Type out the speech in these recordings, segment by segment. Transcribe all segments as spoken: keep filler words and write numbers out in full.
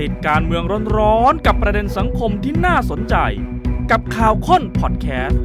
ติดการเมืองร้อนๆกับประเด็นสังคมที่น่าสนใจกับข่าวค้นพอดแคสต์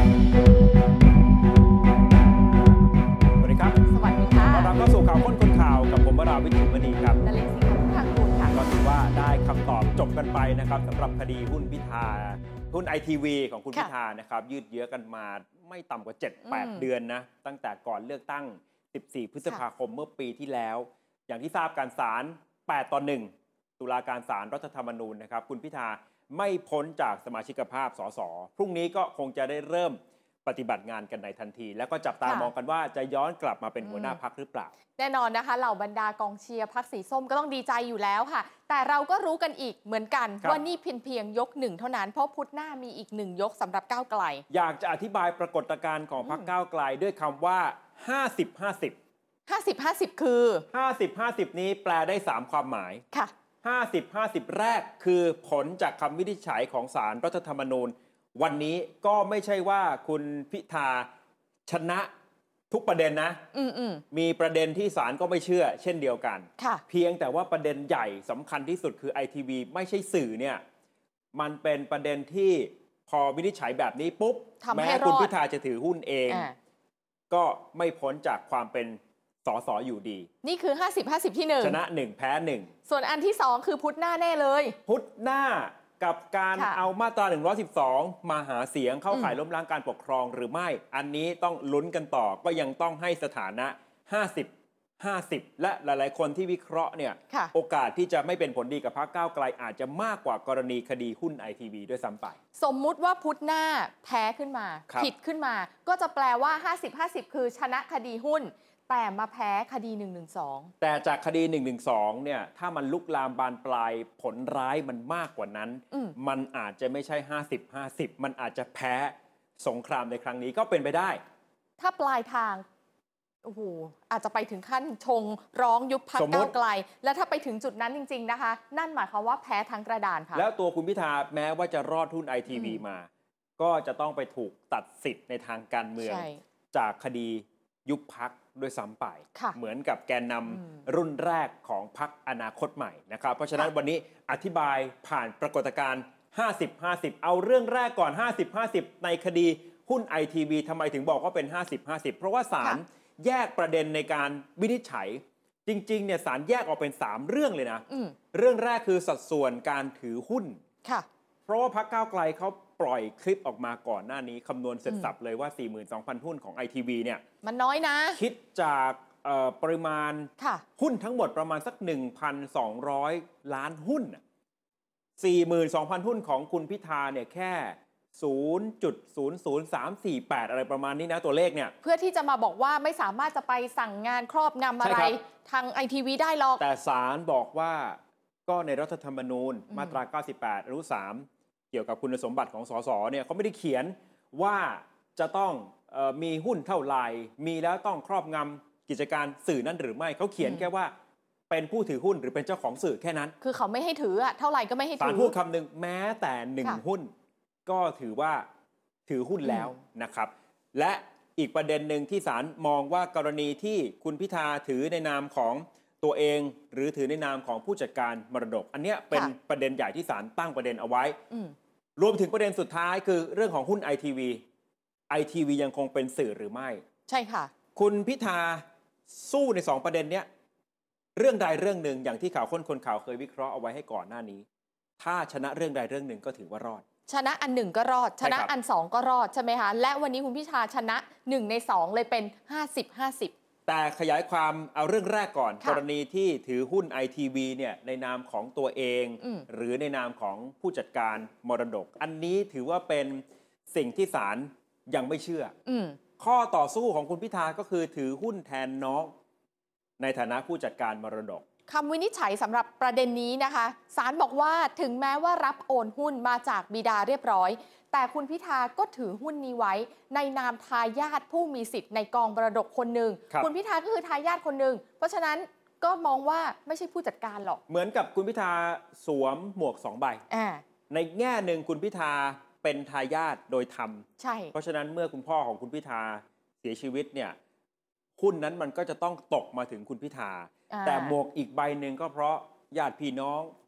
สวัสดีครับสวัสดีค่ะต้อนรับเข้าสู่ข่าวค้นคนข่าวกับผมวราวิทย์ มณีครับนลินทร์ สิงห์ทางกูลค่ะก็ถือว่าได้คำตอบจบกันไปนะครับสำหรับคดีหุ้นพิธาหุ้น ไอ ที วี ของคุณพิธานะครับยืดเยื้อกันมาไม่ต่ำกว่า เจ็ดแปด เดือนนะตั้งแต่ก่อนเลือกตั้งสิบสี่พฤษภาคมเมื่อปีที่แล้วอย่างที่ทราบการศาลแปดต่อหนึ่งตุลาการศาลรัฐธรรมนูญนะครับคุณพิธาไม่พ้นจากสมาชิกภาพสสพรุ่งนี้ก็คงจะได้เริ่มปฏิบัติงานกันในทันทีแล้วก็จับตามองกันว่าจะย้อนกลับมาเป็นหัวหน้าพรรคหรือเปล่าแน่นอนนะคะเหล่าบรรดากองเชียร์พรรคสีส้มก็ต้องดีใจอยู่แล้วค่ะแต่เราก็รู้กันอีกเหมือนกันว่านี่เพียงเพียงยกหนึ่งเท่านั้นเพราะพุธหน้ามีอีกหนึ่งยกสำหรับก้าวไกลอยากจะอธิบายปรากฏการณ์ของพรรคก้าวไกลด้วยคำว่าห้าสิบ ห้าสิบห้าสิบ ห้าสิบคือห้าสิบ ห้าสิบนี้แปลได้สามความหมายค่ะห้าสิบ ห้าสิบแรกคือผลจากคำวินิจฉัยของศาลรัฐธรรมนูญวันนี้ก็ไม่ใช่ว่าคุณพิธาชนะทุกประเด็นนะมีประเด็นที่ศาลก็ไม่เชื่อเช่นเดียวกันเพียงแต่ว่าประเด็นใหญ่สำคัญที่สุดคือ ไอ ที วี ไม่ใช่สื่อเนี่ยมันเป็นประเด็นที่พอวินิจฉัยแบบนี้ปุ๊บแม้คุณพิธาจะถือหุ้นเองก็ไม่พ้นจากความเป็นสสอยู่ดีนี่คือห้าสิบ ห้าสิบที่หนึ่งชนะหนึ่งแพ้หนึ่งส่วนอันที่สองคือพุธหน้าแน่เลยพุธหน้ากับการเอามาตราหนึ่งร้อยสิบสองมาหาเสียงเข้าข่ายล้มล้างการปกครองหรือไม่อันนี้ต้องลุ้นกันต่อก็ยังต้องให้สถานะห้าสิบ ห้าสิบและหลายๆคนที่วิเคราะห์เนี่ยโอกาสที่จะไม่เป็นผลดีกับพรรคก้าวไกลอาจจะมากกว่ากรณีคดีหุ้น ไอ ที วี ด้วยซ้ำไปสมมุติว่าพุธหน้าแพ้ขึ้นมาผิดขึ้นมาก็จะแปลว่าห้าสิบ ห้าสิบคือชนะคดีหุ้นแต่มาแพ้คดีหนึ่งหนึ่งสองแต่จากคดีหนึ่งหนึ่งสองเนี่ยถ้ามันลุกลามบานปลายผลร้ายมันมากกว่านั้นมมันอาจจะไม่ใช่ห้าสิบ ห้าสิบมันอาจจะแพ้สงครามในครั้งนี้ก็เป็นไปได้ถ้าปลายทางโอ้โหอาจจะไปถึงขั้นชงร้องยุบพรรคก้าวไกลและถ้าไปถึงจุดนั้นจริงๆนะคะนั่นหมายความว่าแพ้ทั้งกระดานค่ะแล้วตัวคุณพิธาแม้ว่าจะรอดหุ้น ไอ ที วี มาก็จะต้องไปถูกตัดสิทธิ์ในทางการเมืองจากคดียุบพรรคด้วยซ้ำไปเหมือนกับแกนนำรุ่นแรกของพรรคอนาคตใหม่นะครับเพราะฉะนั้นวันนี้อธิบายผ่านปรากฏการณ์ห้าสิบ ห้าสิบเอาเรื่องแรกก่อนห้าสิบ ห้าสิบในคดีหุ้น ไอ ที วี ทำไมถึงบอกว่าเป็นห้าสิบ ห้าสิบเพราะว่าศาลแยกประเด็นในการวินิจฉัยจริงๆเนี่ยศาลแยกออกเป็นสามเรื่องเลยนะเรื่องแรกคือสัดส่วนการถือหุ้นเพราะว่าพรรคก้าวไกลเขาปล่อยคลิปออกมาก่อนหน้านี้คำนวณเสร็จสับเลยว่า สี่หมื่นสองพัน หุ้นของ ไอ ที วี เนี่ยมันน้อยนะคิดจากปริมาณหุ้นทั้งหมดประมาณสัก หนึ่งพันสองร้อย ล้านหุ้น สี่หมื่นสองพัน หุ้นของคุณพิธาเนี่ยแค่ ศูนย์จุดศูนย์ศูนย์สามสี่แปด อะไรประมาณนี้นะตัวเลขเนี่ยเพื่อที่จะมาบอกว่าไม่สามารถจะไปสั่งงานครอบงำอะไรทาง ไอ ที วี ได้หรอกแต่ศาลบอกว่าก็ในรัฐธรรมนูญมาตราเก้าสิบแปดอนุสามเกี่ยวกับคุณสมบัติของสสเนี่ยเขาไม่ได้เขียนว่าจะต้องเอ่อมีหุ้นเท่าไหร่มีแล้วต้องครอบงำกิจการสื่อนั้นหรือไม่เขาเขียนแค่ว่าเป็นผู้ถือหุ้นหรือเป็นเจ้าของสื่อแค่นั้นคือเขาไม่ให้ถืออะเท่าไหร่ก็ไม่ให้ถือศาลพูดคำหนึ่งแม้แต่หนึ่งหุ้นก็ถือว่าถือหุ้นแล้วนะครับและอีกประเด็นหนึ่งที่ศาลมองว่ากรณีที่คุณพิธาถือในนามของตัวเองหรือถือในนามของผู้จัดการมรดกอันนี้เป็นประเด็นใหญ่ที่ศาลตั้งประเด็นเอาไว้รวมถึงประเด็นสุดท้ายคือเรื่องของหุ้น ไอ ที วี ไอ ที วี ยังคงเป็นสื่อหรือไม่ใช่ค่ะคุณพิธาสู้ในสองประเด็นเนี้ยเรื่องใดเรื่องหนึ่งอย่างที่ข่าวค้นคนข่าวเคยวิเคราะห์เอาไว้ให้ก่อนหน้านี้ถ้าชนะเรื่องใดเรื่องหนึ่งก็ถือว่ารอดชนะอันหนึ่งก็รอดชนะอันสองก็รอดใช่ไหมคะและวันนี้คุณพิธาชนะหนึ่งในสองเลยเป็นห้าสิบ ห้าสิบแต่ขยายความเอาเรื่องแรกก่อนกรณีที่ถือหุ้น ไอ ที วี เนี่ยในนามของตัวเองหรือในนามของผู้จัดการมรดกอันนี้ถือว่าเป็นสิ่งที่ศาลยังไม่เชื่อข้อต่อสู้ของคุณพิธาก็คือถือหุ้นแทนน้องในฐานะผู้จัดการมรดกคำวินิจฉัยสำหรับประเด็นนี้นะคะศาลบอกว่าถึงแม้ว่ารับโอนหุ้นมาจากบิดาเรียบร้อยแต่คุณพิธาก็ถือหุ้นนี้ไว้ในนามทายาทผู้มีสิทธิ์ในกองมรดกคนหนึ่ง ค, คุณพิธาก็คือทายาทคนหนึ่งเพราะฉะนั้นก็มองว่าไม่ใช่ผู้จัดการหรอกเหมือนกับคุณพิธาสวมหมวกสองใบในแง่หนึ่งคุณพิธาเป็นทายาทโดยธรรมใช่เพราะฉะนั้นเมื่อคุณพ่อของคุณพิธาเสียชีวิตเนี่ยหุ้นนั้นมันก็จะต้องตกมาถึงคุณพิธาแต่หมวกอีกใบหนึ่งก็เพราะญาติพี่น้อง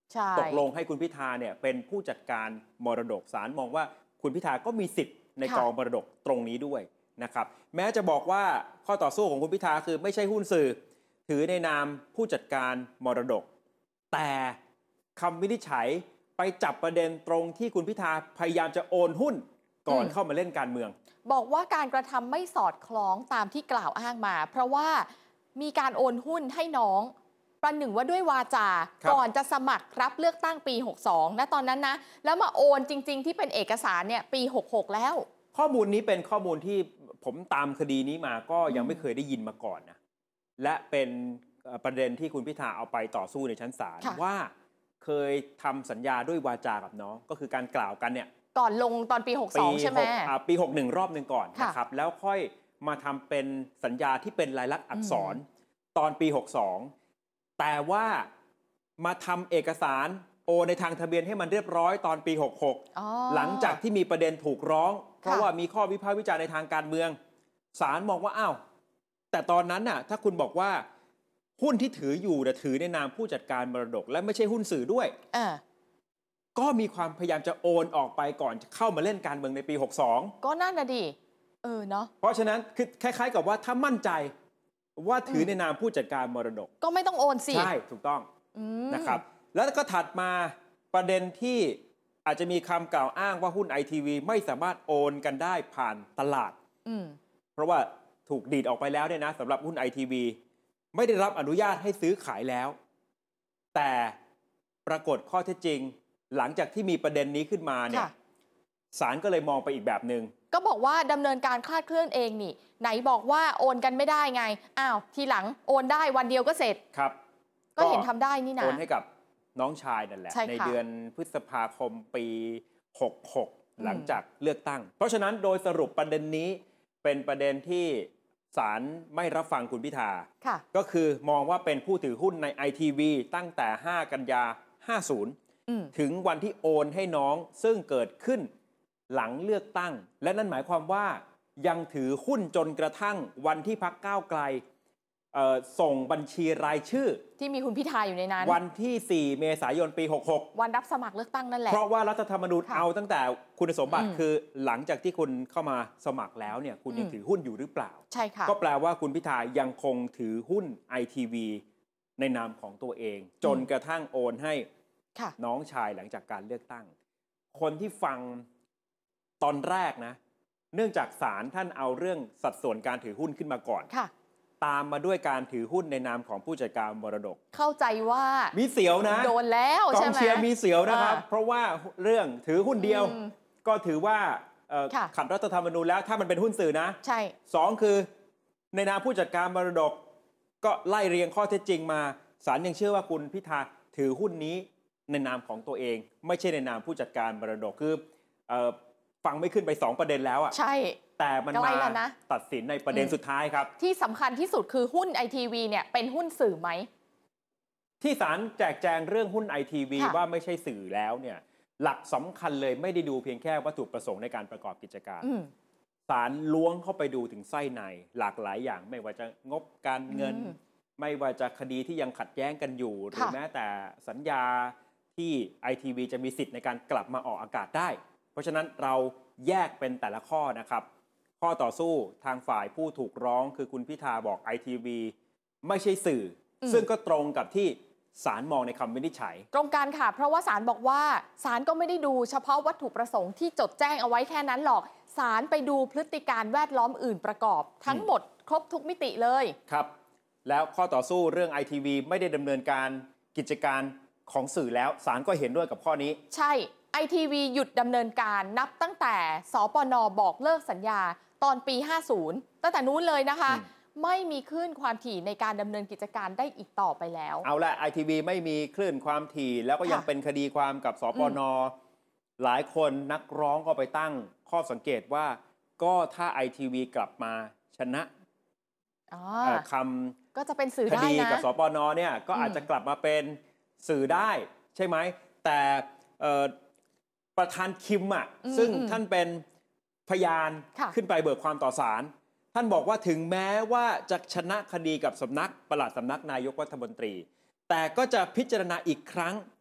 ตกลงให้คุณพิธาเนี่ยเป็นผู้จัดการมรดกศาลมองว่าคุณพิธาก็มีสิทธิ์ในกองมรดกตรงนี้ด้วยนะครับแม้จะบอกว่าข้อต่อสู้ของคุณพิธาคือไม่ใช่หุ้นสื่อถือในนามผู้จัดการมรดกแต่คำวินิจฉัยไปจับประเด็นตรงที่คุณพิธาพยายามจะโอนหุ้นก่อนเข้ามาเล่นการเมืองบอกว่าการกระทำไม่สอดคล้องตามที่กล่าวอ้างมาเพราะว่ามีการโอนหุ้นให้น้องประหนึ่งว่าด้วยวาจาก่อนจะสมัครรับเลือกตั้งปีหกสิบสองนะตอนนั้นนะแล้วมาโอนจริงๆที่เป็นเอกสารเนี่ยปีหกสิบหกแล้วข้อมูลนี้เป็นข้อมูลที่ผมตามคดีนี้มาก็ยังไม่เคยได้ยินมาก่อนนะและเป็นประเด็นที่คุณพิธาเอาไปต่อสู้ในชั้นศาลว่าเคยทำสัญญาด้วยวาจากับน้องก็คือการกล่าวกันเนี่ยก่อนลงตอนปีหกสิบสองใช่ไหมปีหกสิบเอ็ดรอบหนึ่งก่อนนะครับแล้วค่อยมาทำเป็นสัญญาที่เป็นลายลักษณ์อักษรตอนปีหกสิบสองแต่ว่ามาทำเอกสารโอในทางทะเบียนให้มันเรียบร้อยตอนปีหกสิบหกหลังจากที่มีประเด็นถูกร้องเพราะว่ามีข้อวิพากษ์วิจารณ์ในทางการเมืองศาลมองว่าอ้าวแต่ตอนนั้นน่ะถ้าคุณบอกว่าหุ้นที่ถืออยู่น่ะถือในนามผู้จัดการมรดกและไม่ใช่หุ้นสื่อด้วยก็มีความพยายามจะโอนออกไปก่อนเข้ามาเล่นการเมืองในปีหกสิบสองก็นั่นน่ะดิเออเนาะเพราะฉะนั้นคือคล้ายๆกับว่าถ้ามั่นใจว่าถือในนามผู้จัดการมรดกก็ไม่ต้องโอนสิใช่ถูกต้องนะครับแล้วก็ถัดมาประเด็นที่อาจจะมีคำกล่าวอ้างว่าหุ้นไอทีวีไม่สามารถโอนกันได้ผ่านตลาดเพราะว่าถูกดีดออกไปแล้วเนี่ยนะสำหรับหุ้นไอทีวีไม่ได้รับอนุญาตให้ซื้อขายแล้วแต่ปรากฏข้อเท็จจริงหลังจากที่มีประเด็นนี้ขึ้นมาเนี่ยศาลก็เลยมองไปอีกแบบหนึ่งก็บอกว่าดำเนินการคลาดเคลื่อนเองนี่ไหนบอกว่าโอนกันไม่ได้ไงอ้าวทีหลังโอนได้วันเดียวก็เสร็จครับก็เห็นทำได้นี่นะโอนให้กับน้องชายนั่นแหละ ใ, ในเดือนพฤษภาคมปีหกสิบหกหลังจากเลือกตั้งเพราะฉะนั้นโดยสรุปประเด็นนี้เป็นประเด็นที่ศาลไม่รับฟังคุณพิธาก็คือมองว่าเป็นผู้ถือหุ้นใน ไอ ที วี ตั้งแต่ห้ากันยาห้าสิบถึงวันที่โอนให้น้องซึ่งเกิดขึ้นหลังเลือกตั้งและนั่นหมายความว่ายังถือหุ้นจนกระทั่งวันที่พรรคก้าวไกลส่งบัญชีรายชื่อที่มีคุณพิธาอยู่ในนั้นวันที่สี่เมษายนปีหกสิบหกวันรับสมัครเลือกตั้งนั่นแหละเพราะว่ารัฐธรรมนูญเอาตั้งแต่คุณสมบัติคือหลังจากที่คุณเข้ามาสมัครแล้วเนี่ยคุณยังถือหุ้นอยู่หรือเปล่าใช่ค่ะก็แปลว่าคุณพิธายังคงถือหุ้น ไอ ที วี ในนามของตัวเองจนกระทั่งโอนให้น้องชายหลังจากการเลือกตั้งคนที่ฟังตอนแรกนะเนื่องจากศาลท่านเอาเรื่องสัดส่วนการถือหุ้นขึ้นมาก่อนตามมาด้วยการถือหุ้นในนามของผู้จัดการมรดกเข้าใจว่ามีเสียวนะโดนแล้วใช่ไหมกองเชียร์มีเสียวนะครับเพราะว่าเรื่องถือหุ้นเดียวก็ถือว่าขัดรัฐธรรมนูญแล้วถ้ามันเป็นหุ้นสื่อนะใช่สองคือในนามผู้จัดการมรดกก็ไล่เรียงข้อเท็จจริงมาศาลยังเชื่อว่าคุณพิธาถือหุ้นนี้ในนามของตัวเองไม่ใช่ในนามผู้จัดการมรดกคือฟังไม่ขึ้นไปสองประเด็นแล้วอ่ะใช่แต่มันมาตัดสินในประเด็นสุดท้ายครับที่สำคัญที่สุดคือหุ้นไอทีวีเนี่ยเป็นหุ้นสื่อไหมที่ศาลแจกแจงเรื่องหุ้นไอทีวีว่าไม่ใช่สื่อแล้วเนี่ยหลักสำคัญเลยไม่ได้ดูเพียงแค่วัตถุประสงค์ในการประกอบกิจการศาลล้วงเข้าไปดูถึงไส้ในหลากหลายอย่างไม่ว่าจะงบการเงินไม่ว่าจะคดีที่ยังขัดแย้งกันอยู่หรือแม้แต่สัญญาที่ ไอ ที วี จะมีสิทธิ์ในการกลับมาออกอากาศได้เพราะฉะนั้นเราแยกเป็นแต่ละข้อนะครับข้อต่อสู้ทางฝ่ายผู้ถูกร้องคือคุณพิธาบอก ไอ ที วี ไม่ใช่สื่อซึ่งก็ตรงกับที่ศาลมองในคำวินิจฉัยตรงกันค่ะเพราะว่าศาลบอกว่าศาลก็ไม่ได้ดูเฉพาะวัตถุประสงค์ที่จดแจ้งเอาไว้แค่นั้นหรอกศาลไปดูพฤติการแวดล้อมอื่นประกอบทั้งหมดครบทุกมิติเลยครับแล้วข้อต่อสู้เรื่อง ไอ ที วี ไม่ได้ดำเนินการกิจการของสื่อแล้วศาลก็เห็นด้วยกับข้อนี้ใช่ ไอ ที วี หยุดดำเนินการนับตั้งแต่สปน.บอกเลิกสัญญาตอนปีห้าสิบตั้งแต่นู้นเลยนะคะไม่มีคลื่นความถี่ในการดำเนินกิจการได้อีกต่อไปแล้วเอาละ ไอ ที วี ไม่มีคลื่นความถี่แล้วก็ยังเป็นคดีความกับสปน.หลายคนนักร้องก็ไปตั้งข้อสังเกตว่าก็ถ้า ไอ ที วี กลับมาชนะคำก็จะเป็นสื่อได้นะคดีกับสปน.เนี่ยก็อาจจะกลับมาเป็นสื่อได้ใช่ไหมแต่ประธานคิมอ่ะซึ่งท่านเป็นพยานขึ้นไปเบิกความต่อศาลท่านบอกว่าถึงแม้ว่าจะชนะคดีกับสำนักปลัดสำนักนายกรัฐมนตรีแต่ก็จะพิจารณาอีกครั้ง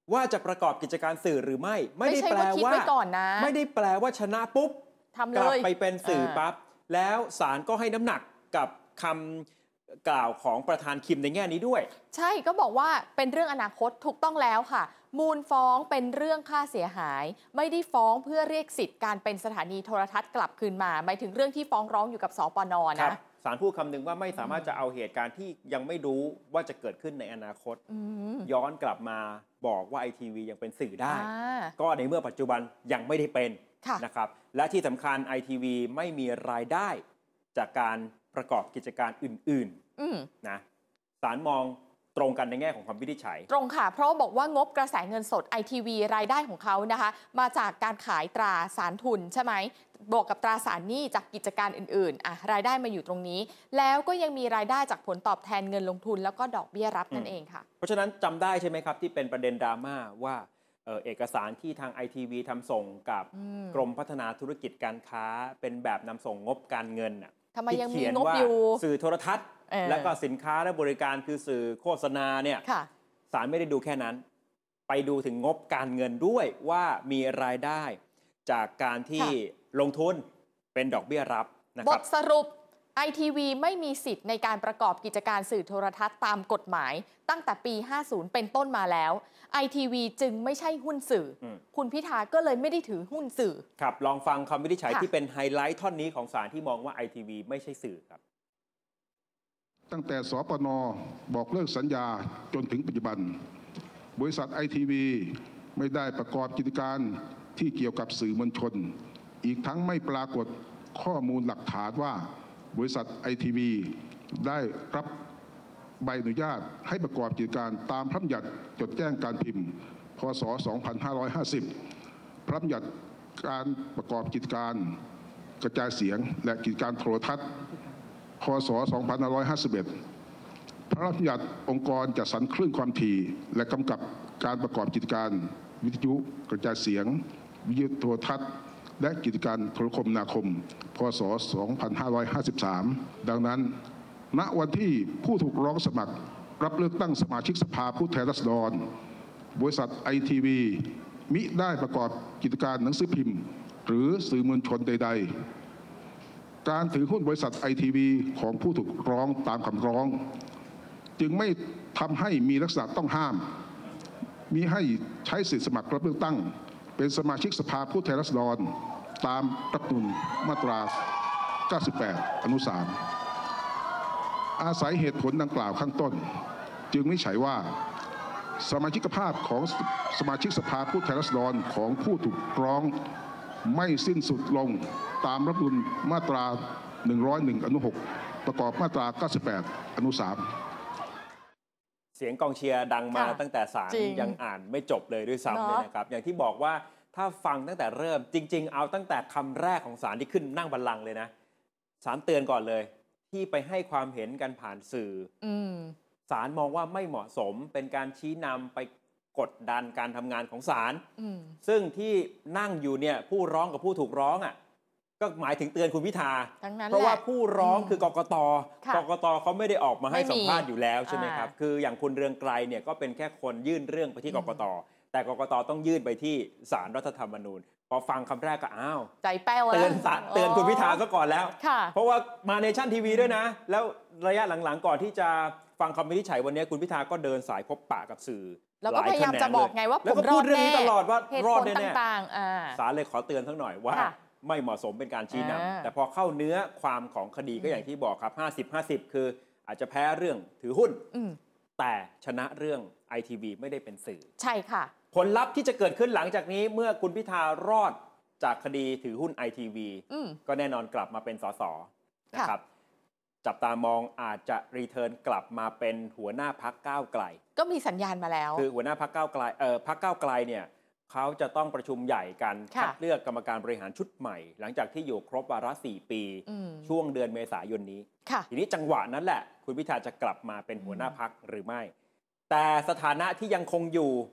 ว่าจะประกอบกิจการสื่อหรือไม่ไม่ได้แปลไม่ใช่ว่าคิดว่าไว้ก่อนนะไม่ได้แปลว่าชนะปุ๊บทำกเลลับยไปเป็นสื่อเออปั๊บแล้วศาลก็ให้น้ำหนักกับคำกล่าวของประธานคิมในแง่นี้ด้วยใช่ก็บอกว่าเป็นเรื่องอนาคตถูกต้องแล้วค่ะ มูลฟ้องเป็นเรื่องค่าเสียหาย ไม่ได้ฟ้องเพื่อเรียกสิทธิ์การเป็นสถานีโทรทัศน์กลับคืนมาหมายถึงเรื่องที่ฟ้องร้องอยู่กับสปนครันะบศาลพูดคำหนึ่งว่าไม่สามารถจะเอาเหตุการณ์ที่ยังไม่รู้ว่าจะเกิดขึ้นในอนาคตอืมย้อนกลับมาบอกว่าไอทีวียังเป็นสื่อได้อ่าก็ในเมื่อปัจจุบันยังไม่ได้เป็นค่ะนะครับและที่สำคัญ ไอ ที วี ไม่มีรายได้จากการประกอบกิจการอื่นอืมๆนะศาลมองตรงกันในแง่ของความวินิจฉัยตรงค่ะ เพราะบอกว่างบกระแสเงินสด ไอ ที วี รายได้ของเขานะคะ มาจากการขายตราสารทุนใช่ไหมบวกกับตราสารหนี้จากกิจการอื่นๆอ่ะรายได้มาอยู่ตรงนี้ แล้วก็ยังมีรายได้จากผลตอบแทนเงินลงทุนแล้วก็ดอกเบี้ยรับนั่นเองค่ะเพราะฉะนั้นจำได้ใช่ไหมครับที่เป็นประเด็นดราม่าว่าเอ่อเอกสารที่ทาง ไอ ที วี ทำส่งกับอืมกรมพัฒนาธุรกิจการค้าเป็นแบบนำส่งงบการเงินน่ะทำไมที่ยังมีเขียนงบว่าอยู่สื่อโทรทัศน์เออแล้วก็สินค้าและบริการคือสื่อโฆษณาเนี่ยค่ะศาลไม่ได้ดูแค่นั้น ไปดูถึงงบการเงินด้วยว่ามีรายได้จากการที่ค่ะลงทุนเป็นดอกเบี้ยรับนะบครับทสรุป ไอ ที วี ไม่มีสิทธิ์ในการประกอบกิจการสื่อโทรทัศน์ตามกฎหมาย ตั้งแต่ปี ห้าสิบ เป็นต้นมาแล้ว ไอ ที วี จึงไม่ใช่หุ้นสื่ออมคุณพิธาก็เลยไม่ได้ถือหุ้นสื่อครับลองฟังคำวินิจฉัยค่ะที่เป็นไฮไลท์ท่อนนี้ของศาลที่มองว่า ไอ ที วี ไม่ใช่สื่อครับตั้งแต่สปนบอกเลิกสัญญาจนถึงปัจจุบัน บริษัทไอทีวีไม่ได้ประกอบกิจการที่เกี่ยวกับสื่อมวลชน อีกทั้งไม่ปรากฏข้อมูลหลักฐานว่า บริษัทไอทีวีได้รับใบอนุญาตให้ประกอบกิจการตามพระบัญญัติจดแจ้งการพิมพ์ พ.ศ. สองพันห้าร้อยห้าสิบ พระบัญญัติการประกอบกิจการกระจายเสียงและกิจการโทรทัศน์ พ.ศ. สองพันห้าร้อยห้าสิบเอ็ด พระราชบัญญัติองค์กรจัดสรรคลื่นความถี่และกำกับการประกอบกิจการวิทยุกระจายเสียง วิทยุโทรทัศน์ และกิจการโทรคมนาคม พ.ศ. สองพันห้าร้อยห้าสิบสาม ดังนั้น ณ วันที่ผู้ถูกร้องสมัครรับเลือกตั้งสมาชิกสภาผู้แทนราษฎร บริษัทไอทีวีมิได้ประกอบกิจการหนังสือพิมพ์ หรือสื่อมวลชนใด ๆ การถือหุ้นบริษัทไอทีวีของผู้ถูกร้องตามคำร้อง จึงไม่ทำให้มีลักษณะต้องห้ามมิให้ใช้สิทธิสมัครรับเลือกตั้ง เป็นสมาชิกสภาผู้แทนราษฎร ตามรัฐธรรมนูญมาตรา เก้าสิบแปด อนุ สาม อาศัยเหตุผลดังกล่าวข้างต้น จึงวินิจฉัยว่า สมาชิกภาพของสมาชิกสภาผู้แทนราษฎรของผู้ถูกร้องไม่สิ้นสุดลงตามรัฐธรรมนูญมาตรา หนึ่งร้อยเอ็ด อนุ หก ประกอบมาตรา เก้าสิบแปด อนุ สามเสียงกองเชียร์ดังมาค่ะตั้งแต่ศาลจริงยังอ่านไม่จบเลยด้วยซ้ำเนอะเลยนะครับ อย่างที่บอกว่าถ้าฟังตั้งแต่เริ่มจริง ๆ เอาตั้งแต่คำแรกของศาลที่ขึ้นนั่งบัลลังก์เลยนะศาลเตือนก่อนเลย ที่ไปให้ความเห็นกันผ่านสื่ออืมศาลมองว่าไม่เหมาะสมเป็นการชี้นำไปกดดันการทำงานของศาลอืมซึ่งที่นั่งอยู่เนี่ยผู้ร้องกับผู้ถูกร้องอ่ะก็หมายถึงเตือนคุณพิธาทั้งนั้นเพราะว่าแหละผู้ร้องอืมคือกกตค่ะกกตเขาไม่ได้ออกมาให้ไม่มีสัมภาษณ์อยู่แล้วใช่ไหมครับอ่าคืออย่างคุณเรืองไกรเนี่ยก็เป็นแค่คนยื่นเรื่องไปที่อืกมกต แต่กกตต้องยื่นไปที่ศาลรัฐธรรมนูญ พอฟังคำแรกก็อ้าวใจแป้วแล้วเตือนศาลเตือนคุณพิธาซะก่อนแล้วค่ะเพราะว่ามาเนชั่นทีวีด้วยนะ แล้วระยะหลังๆก่อนที่จะฟังคำวินิจฉัยวันนี้คุณพิธาก็เดินสายพบปะกับสื่อแล้วก็หพยายามแขนจะบอกเลไงว่าแล้วผมก็รพูอดดเรื่องแน่นี้ตลอดว่าเหตุรอผดลแน่ต่างๆอ่าๆศาลเลยขอเตือนสักหน่อยว่าค่ะไม่เหมาะสมเป็นการชี้นำอ่าแต่พอเข้าเนื้อความของคดีก็อย่างที่บอกครับ ห้าสิบ ห้าสิบ คืออาจจะแพ้เรื่องถือหุ้นอืมแต่ชนะเรื่อง ไอ ที วี ไม่ได้เป็นสื่อใช่ค่ะผลลัพธ์ที่จะเกิดขึ้นหลังจากนี้เมื่อคุณพิธารอดจากคดีถือหุ้น ไอ ที วีอืมก็แน่นอนกลับมาเป็นสสนะครับ จับตามองอาจจะรีเทิร์นกลับมาเป็นหัวหน้าพักก้าวไกลก็มีสัญญาณมาแล้วคือหัวหน้าพักก้าวไกลเอ่อพักก้าวไกลเนี่ยเขาจะต้องประชุมใหญ่กันค่ะคัดเลือกกรรมการบริหารชุดใหม่ หลังจากที่อยู่ครบวาระสี่ปีอืมช่วงเดือนเมษายนนี้ค่ะทีนี้จังหวะนั้นแหละ คุณพิธาจะกลับมาเป็นหัวหน้าพักหรือไม่ แต่สถานะที่ยังคงอยู่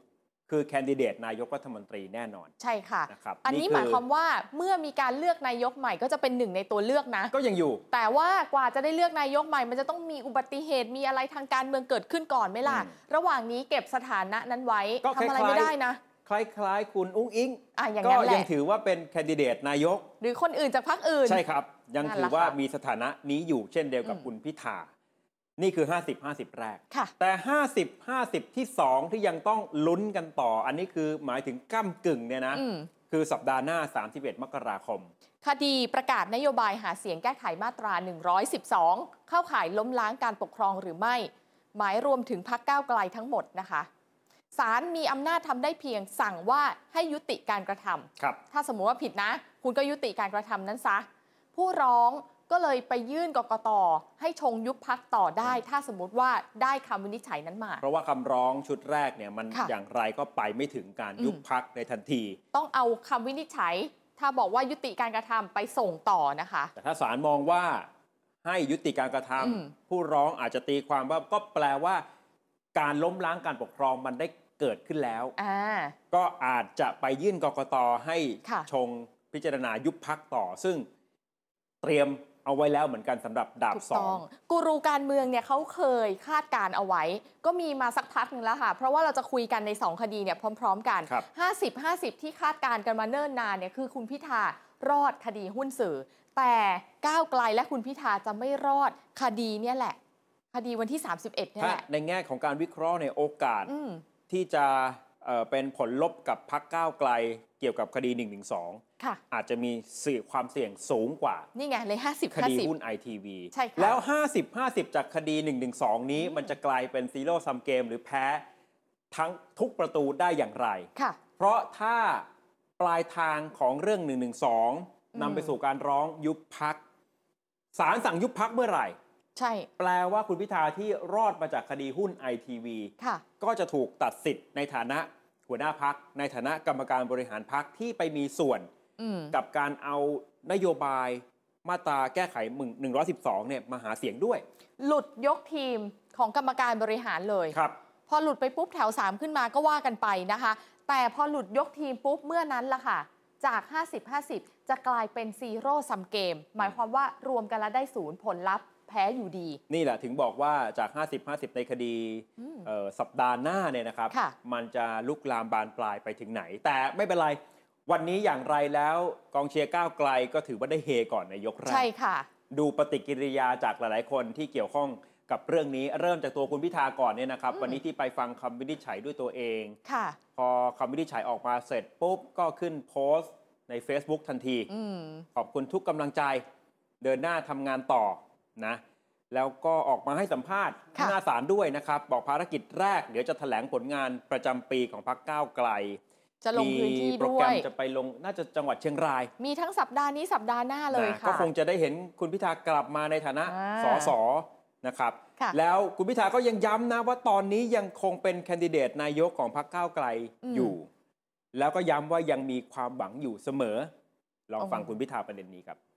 คือแคนดิเดตนายกรัฐมนตรีแน่นอนใช่ค่ะนะครับอันนี้หมายความว่าเมื่อมีการเลือกนายกใหม่ก็จะเป็นหนึ่งในตัวเลือกนะก็ยังอยู่แต่ว่ากว่าจะได้เลือกนายกใหม่มันจะต้องมีอุบัติเหตุมีอะไรทางการเมืองเกิดขึ้นก่อนไหมล่ะระหว่างนี้เก็บสถานะนั้นไว้ทำอะไรไม่ได้นะคล้ายๆคุณอุ้งอิงก็ยังถือว่าเป็นแคนดิเดตนายกหรือคนอื่นจากพรรคอื่นใช่ครับยังถือว่ามีสถานะนี้อยู่เช่นเดียวกับคุณพิธานี่คือ ห้าสิบ ห้าสิบ แรกแต่ ห้าสิบ ห้าสิบ ที่สองที่ยังต้องลุ้นกันต่ออันนี้คือหมายถึงก้ำกึ่งเนี่ยนะคือสัปดาห์หน้าสามสิบเอ็ดมกราคมคดีประกาศนโยบายหาเสียงแก้ไขมาตราหนึ่งร้อยสิบสองเข้าข่ายล้มล้างการปกครองหรือไม่หมายรวมถึงพรรคก้าวไกลทั้งหมดนะคะศาลมีอำนาจทำได้เพียงสั่งว่าให้ยุติการกระทำถ้าสมมติว่าผิดนะคุณก็ยุติการกระทำนั้นซะผู้ร้องก็เลยไปยื่นกกต.ให้ชงยุบพรรคต่อได้ถ้าสมมุติว่าได้คำวินิจฉัยนั้นมาเพราะว่าคำร้องชุดแรกเนี่ยมันอย่างไรก็ไปไม่ถึงการยุบพรรคในทันทีต้องเอาคำวินิจฉัยถ้าบอกว่ายุติการกระทำไปส่งต่อนะคะแต่ถ้าศาลมองว่าให้ยุติการกระทำผู้ร้องอาจจะตีความว่าก็แปลว่าการล้มล้างการปกครองมันได้เกิดขึ้นแล้วก็อาจจะไปยื่นกกต.ให้ชงพิจารณายุบพรรคต่อซึ่งเตรียมเอาไว้แล้วเหมือนกันสำหรับดาบสองกูรูการเมืองเนี่ยเขาเคยคาดการเอาไว้ก็มีมาสักพักหนึ่งแล้วค่ะเพราะว่าเราจะคุยกันในสองคดีเนี่ยพร้อมๆกันห้าสิบ ห้าสิบที่คาดการกันมาเนิ่นนานเนี่ยคือคุณพิธารอดคดีหุ้นสื่อแต่ก้าวไกลและคุณพิธาจะไม่รอดคดีเนี่ยแหละคดีวันที่สามสิบเอ็ดเนี่ยแหละในแง่ของการวิเคราะห์ในโอกาสที่จะเป็นผลลบกับพรรคก้าวไกลเกี่ยวกับคดีหนึ่งหนึ่งสองอาจจะมีสื่อความเสี่ยงสูงกว่านี่ไงเลยห้าสิบคดีหุ้น ไอ ที วีใช่ค่ะแล้วห้าสิบ ห้าสิบจากคดีหนึ่งหนึ่งสองนี้มันจะกลายเป็นซีโร่ซัมเกมหรือแพ้ทั้งทุกประตูได้อย่างไรค่ะเพราะถ้าปลายทางของเรื่องหนึ่งหนึ่งสองนำไปสู่การร้องยุบพรรคศาลสั่งยุบพรรคเมื่อไหร่ใช่แปลว่าคุณพิธาที่รอดมาจากคดีหุ้น ไอ ที วี ก็จะถูกตัดสิทธิ์ในฐานะหัวหน้าพรรคในฐานะกรรมการบริหารพรรคที่ไปมีส่วนกับการเอานโยบายมาตราแก้ไขหนึ่งร้อยสิบสองเนี่ยมาหาเสียงด้วยหลุดยกทีมของกรรมการบริหารเลยครับพอหลุดไปปุ๊บแถวสามขึ้นมาก็ว่ากันไปนะคะแต่พอหลุดยกทีมปุ๊บเมื่อนั้นล่ะค่ะจาก ห้าสิบ ห้าสิบ จะกลายเป็นซีโร่ซัมเกมหมายความว่ารวมกันแล้วได้ศูนย์ผลลัพธ์แพ้อยู่ดีนี่แหละถึงบอกว่าจาก ห้าสิบ ห้าสิบ ในคดีสัปดาห์หน้าเนี่ยนะครับมันจะลุกลามบานปลายไปถึงไหนแต่ไม่เป็นไรวันนี้อย่างไรแล้วกองเชียร์ก้าวไกลก็ถือว่าได้เฮก่อนในยกแรกใช่ค่ะดูปฏิกิริยาจากหลายๆคนที่เกี่ยวข้องกับเรื่องนี้เริ่มจากตัวคุณพิธาก่อนเนี่ยนะครับวันนี้ที่ไปฟังคำวินิจฉัยด้วยตัวเองค่ะพอคำวินิจฉัยออกมาเสร็จปุ๊บก็ขึ้นโพสต์ใน Facebook ทันทีขอบคุณทุกกำลังใจเดินหน้าทำงานต่อนะแล้วก็ออกมาให้สัมภาษณ์หน้าศาลด้วยนะครับบอกภารกิจแรกเดี๋ยวจะแถลงผลงานประจำปีของพรรคก้าวไกลจะลงพื้นที่ด้วยโปรแกรมจะไปลงน่าจะจังหวัดเชียงรายมีทั้งสัปดาห์นี้สัปดาห์หน้าเลยค่ะก็คงจะได้เห็นคุณพิธากลับมาในฐานะสสนะครับแล้วคุณพิธาก็ยังย้ำนะว่าตอนนี้ยังคงเป็นแคนดิเดตนายกของพรรคก้าวไกลอยู่แล้วก็ย้ำว่ายังมีความหวังอยู่เสมอลองฟังคุณพิธาประเด็นนี้ครับ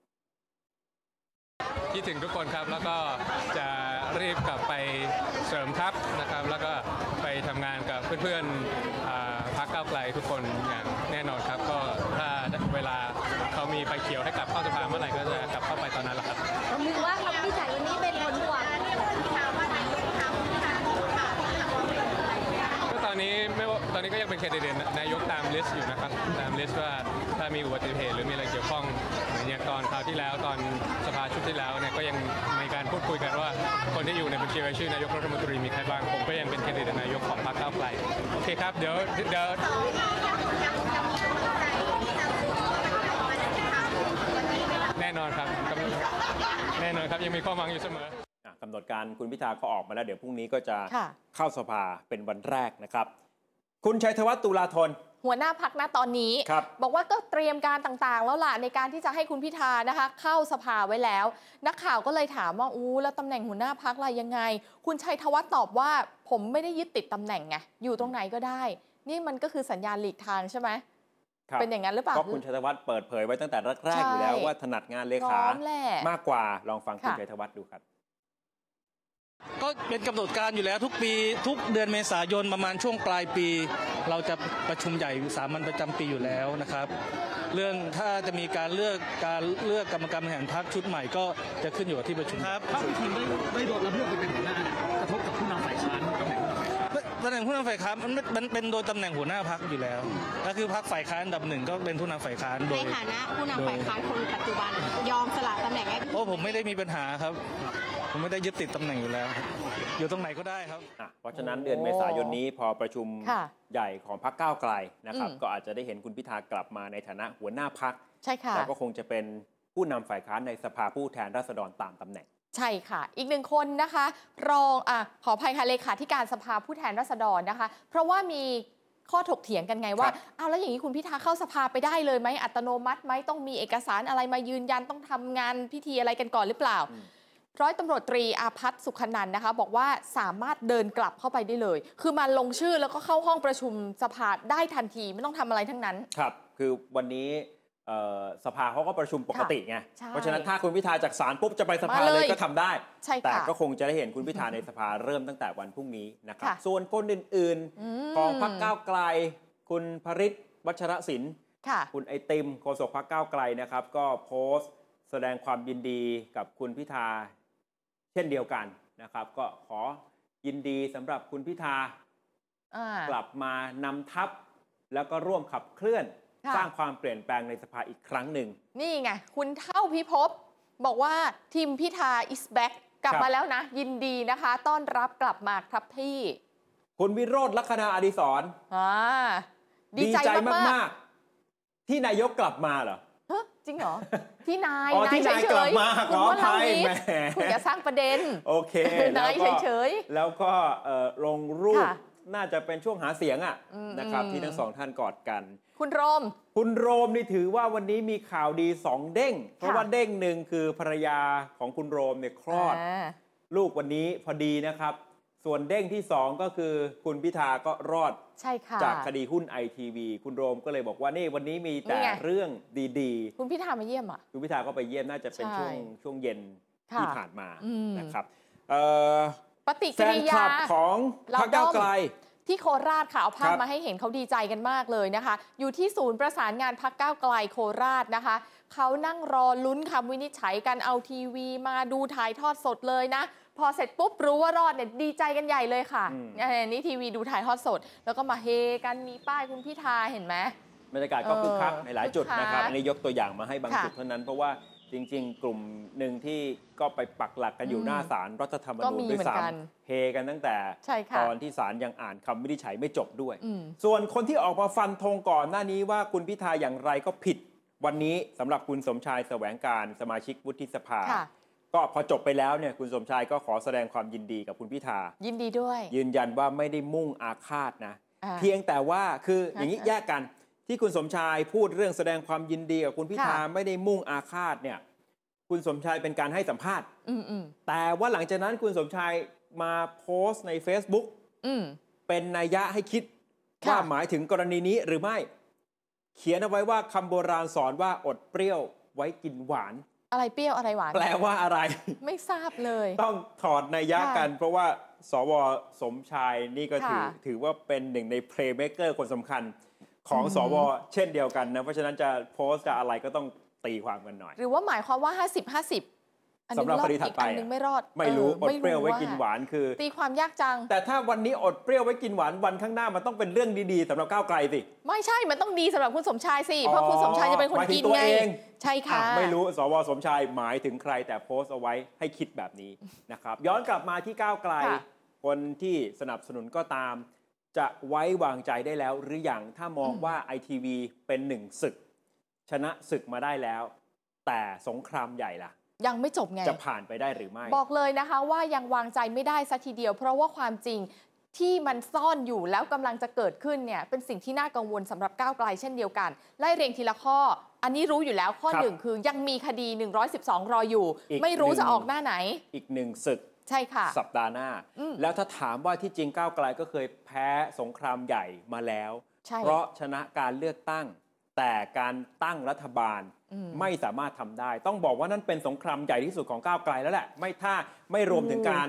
คิดถึงทุกคนครับแล้วก็จะรีบกลับไปเสริมทัพนะครับแล้วก็ไปทำงานกับเพื่อนๆพรรคก้าวไกลทุกคนอย่างแน่นอนครับก็ถ้าเวลาเขามีไฟเขียวให้กลับเข้าสภาเมื่อไหร่ก็จะกลับเข้าไปตอนนั้นแหละครับถือว่าคำวินิจฉัยวันนี้เป็นผลบวกก็ตอนนี้ไม่ตอนนี้ก็ยังเป็นแคนดิเดตนายกตามลิสต์อยู่นะครับตามลิสต์ว่าถ้ามีอุบัติเหตุหรือมีอะไรเกี่ยวข้องเหมือนอย่างตอนคราวที่แล้วตอนสภาชุดที่แล้วเนี่ยก็ยังมีการพูดคุยกันว่าคนที่อยู่ในบัญชีรายชื่อนายกรัฐมนตรีมีใครบ้างผมก็ยังเป็นแคนดิเดตนายกของพรรคก้าวไกลโอเคครับเดี๋ยวเดี๋ยวแน่นอนครับแน่นอนครับยังมีความหวังอยู่เสมอกำหนดการคุณพิธาก็ออกมาแล้วเดี๋ยวพรุ่งนี้ก็จะเข้าสภาเป็นวันแรกนะครับคุณชัยธวัฒน์ตุลาธนหัวหน้าพรรคณตอนนี้บอกว่าก็เตรียมการต่างๆแล้วล่ะในการที่จะให้คุณพิธานะคะเข้าสภาไว้แล้วนักข่าวก็เลยถามว่าอู้แล้วตำแหน่งหัวหน้าพรรคอะไรยังไงคุณชัยธวัฒน์ตอบว่าผมไม่ได้ยึดติดตำแหน่งไงอยู่ตรงไหนก็ได้นี่มันก็คือสัญญาณหลีกทางใช่ไหมเป็นอย่างนั้นหรือเปล่าก็คุณชัยธวัฒน์เปิดเผยไว้ตั้งแต่แรกๆอยู่แล้วว่าถนัดงานเลขามากกว่าลองฟังคุณชัยธวัฒน์ดูครับก็เป็นกำหนดการอยู่แล้วทุกปีทุกเดือนเมษายนประมาณช่วงปลายปีเราจะประชุมใหญ่สามัญประจำปีอยู่แล้วนะครับเรื่องถ้าจะมีการเลือกการเลือกกรรมการบริหารพรรคชุดใหม่ก็จะขึ้นอยู่กับที่ประชุมครับถ้าคุณทิมได้ได้โดนรับเลือกไปเป็นหัวหน้าเนี่ยกระทบกับผู้นำฝ่ายค้านตำแหน่งตำแหน่งผู้นำฝ่ายค้านมันมันเป็นโดยตำแหน่งหัวหน้าพรรคอยู่แล้วก็คือพรรคฝ่ายค้านอันดับหนึ่งก็เป็นผู้นำฝ่ายค้านโดในยฐานะผู้นำฝ่ายค้านคนปัจจุบันยอมสละตำแหน่งให้โอ้ผมไม่ได้มีปัญหาครับผมไม่ได้ยึดติดตำแหน่งอยู่แล้วครับอยู่ตรงไหนก็ได้ครับอ่ะเพราะฉะนั้นเดือนเมษายนนี้พอประชุมค่ะใหญ่ของพรรคก้าวไกลนะครับอืมก็อาจจะได้เห็นคุณพิธากลับมาในฐานะหัวหน้าพรรคใช่ค่ะแล้วก็คงจะเป็นผู้นำฝ่ายค้านในสภาผู้แทนราษฎรตามตำแหน่งใช่ค่ะ อีกหนึ่งคนนะคะ รองอ่ะขออภัยค่ะเลขาธิการสภาผู้แทนราษฎรนะคะ เพราะว่ามีข้อถกเถียงกันไงว่าครับอ้าวแล้วอย่างนี้คุณพิธาเข้าสภาไปได้เลยไหมอัตโนมัติไหมต้องมีเอกสารอะไรมายืนยันต้องทำงานพิธีอะไรกันก่อนหรือเปล่าอืมร้อยตำรวจตรีอาภัสสุขนันท์นะคะ บอกว่าสามารถเดินกลับเข้าไปได้เลย คือมาลงชื่อแล้วก็เข้าห้องประชุมสภาได้ทันทีไม่ต้องทำอะไรทั้งนั้นครับคือวันนี้เอ่อสภาเขาก็ประชุมปกติไงใช่เพราะฉะนั้นถ้าคุณพิธาจากศาลปุ๊บจะไปสภามาเลยเลยก็ทำได้ใช่ค่ะแต่ก็คงจะได้เห็นคุณพิธาในสภาเริ่มตั้งแต่วันพรุ่งนี้นะครับค่ะส่วนคนอื่นอืมๆ ของพรรคก้าวไกล คุณพริษวัชรศิลป์ค่ะคุณไอติมโฆษกพรรคก้าวไกลนะครับ ก็โพสต์แสดงความยินดีกับคุณพิธาเช่นเดียวกันนะครับ ก็ขอยินดีสำหรับคุณพิธาอ่ากลับมานำทัพแล้วก็ร่วมขับเคลื่อนค่ะสร้างความเปลี่ยนแปลงในสภาอีกครั้งหนึ่งนี่ไง คุณเท่าพิภพบอกว่าทีมพิธา is back กลับครับมาแล้วนะ ยินดีนะคะ ต้อนรับกลับมาครับพี่คุณวิโรจน์ลัคนาอดิศรอ่าดีใจมากมากๆ ที่นายกกลับมาเหรอๆเฮ้ยจริงเหรอ ที่นายอ๋อที่นายเฉกลับยมาๆขออภัยคุณวราวิทแหมย์คุณอย่าสร้างประเด็นโอเคนายแล้วก็เฉยแล้วก็เอ่อลงรูปค่ะน่าจะเป็นช่วงหาเสียงอ่ะอืมนะครับอืมที่ทั้งสองท่านกอดกันคุณโรมคุณโรมนี่ถือว่าวันนี้มีข่าวดีสองเด้ง เพราะว่าเด้งหนึ่งคือภรรยาของคุณโรมเนี่ยคลอดาลูกวันนี้พอดีนะครับ ส่วนเด้งที่สองก็คือคุณพิธาก็รอดใช่ค่ะจากคดีหุ้นไอทีวีคุณโรมก็เลยบอกว่านี่วันนี้มีแต่นี่ไงเรื่องดีคุณพิธามาเยี่ยมอ่ะๆ คุณพิธาก็ไปเยี่ยมน่าจะเป็นใช่ช่วงช่วงเย็นค่ะที่ผ่านมาอืมนะครับเอ่อปฏิแฟกินริคยาลับของพรรคก้าวไกลที่โคราชค่ะเอาภาพครับมาให้เห็นเขาดีใจกันมากเลยนะคะ อยู่ที่ศูนย์ประสานงานพักก้าวไกลโคราชนะคะเขานั่งรอลุ้นคำวินิจฉัยกันเอาทีวีมาดูถ่ายทอดสดเลยนะ พอเสร็จปุ๊บรู้ว่ารอดเนี่ยดีใจกันใหญ่เลยค่ะอืมอันนี้ทีวีดูถ่ายทอดสด แล้วก็มาเฮกันมีป้ายคุณพิธาเห็นไหมบรรยากาศก็คึกคักเออในหลายจุดคึกคักนะครับอันนี้ยกตัวอย่างมาให้บางค่ะจุดเท่านั้น เพราะว่าจริง ๆ กลุ่มหนึ่งที่ก็ไปปักหลักกันอยู่อืมหน้าศาลรัฐธรรมก็นูญมีด้วยเหมือนกันซ้ำเฮกันตั้งแต่ใช่ค่ะตอนที่ศาลยังอ่านคำวินิจฉัยไม่จบด้วยอืมส่วนคนที่ออกมาฟันธงก่อนหน้านี้ว่าคุณพิธาอย่างไรก็ผิดวันนี้สำหรับคุณสมชายแสวงการสมาชิกวุฒิสภาค่ะก็พอจบไปแล้วเนี่ยคุณสมชายก็ขอแสดงความยินดีกับคุณพิธายินดีด้วยยืนยันว่าไม่ได้มุ่งอาฆาตนะอ่าเพียงแต่ว่าคืออย่างนี้อ่าแยกกันที่คุณสมชายพูดเรื่องแสดงความยินดีกับคุณพิธาค่ะไม่ได้มุ่งอาฆาตเนี่ยคุณสมชายเป็นการให้สัมภาษณ์อืมอืมแต่ว่าหลังจากนั้นคุณสมชายมาโพสต์ใน Facebook อืมเป็นนัยยะให้คิดค่ะว่าหมายถึงกรณีนี้หรือไม่ เขียนเอาไว้ว่าคำโบราณสอนว่าอดเปรี้ยวไว้กินหวานอะไรเปรี้ยวอะไรหวานแปลว่าอะไรไม่ทราบเลยต้องถอดนัยยะค่ะกัน เพราะว่าสวสมชายนี่ก็ถือค่ะถือว่าเป็นหนึ่งในเพลย์เม k เกอร์คนสำคัญของอืมสวเช่นเดียวกันนะ เพราะฉะนั้นจะโพสต์จะอะไรก็ต้องตีความกันหน่อยหรือว่าหมายความว่า ห้าสิบ ห้าสิบ อันหนึงสำหรับรอคดดีถัดอีกไปอันหนึงไม่รอดไม่รู้เอดเปรี้ยวไว้กินหาวานคือตีความยากจังแต่ถ้าวันนี้อดเปรี้ยวไว้กินหวานวันข้างหน้ามันต้องเป็นเรื่องดีๆสำหรับก้าวไกลสิไม่ใช่ มันต้องดีสำหรับคุณสมชายสิอ๋อเพราะคุณสมชายจะเป็นคนหมายถึงกินตัวไงเองใช่ค่ะอ่ะไม่รู้สวสมชายหมายถึงใครแต่โพสต์เอาไว้ให้คิดแบบนี้นะครับ ย้อนกลับมาที่ก้าวไกลค่ะคนที่สนับสนุนก็ตาม จะไว้วางใจได้แล้วหรือยังถ้ามองอืมว่าไอทีวีเป็นหนึ่งศึก ชนะศึกมาได้แล้ว แต่สงครามใหญ่ล่ะยังไม่จบไงจะผ่านไปได้หรือไม่บอกเลยนะคะว่ายังวางใจไม่ได้สัทีเดียว เพราะว่าความจริงที่มันซ่อนอยู่แล้วกำลังจะเกิดขึ้นเนี่ยเป็นสิ่งที่น่ากังวลสำหรับก้าวไกลเช่นเดียวกัน ไล่เรียงทีละข้อ อันนี้รู้อยู่แล้วข้อครับหนึ่งคือยังมีคดี หนึ่งร้อยสิบสอง รออยู่อีกไม่รู้หนึ่งจะออกหน้าไหนอีกหนึ่งศึกใช่ค่ะสัปดาห์หน้าอืมแล้วถ้าถามว่าที่จริงก้าวไกลก็เคยแพ้สงครามใหญ่มาแล้วใช่เพราะชนะการเลือกตั้ง แต่การตั้งรัฐบาลอืมไม่สามารถทำได้ ต้องบอกว่านั่นเป็นสงครามใหญ่ที่สุดของก้าวไกลแล้วแหละ ไม่ถ้าไม่รวมถึงการเ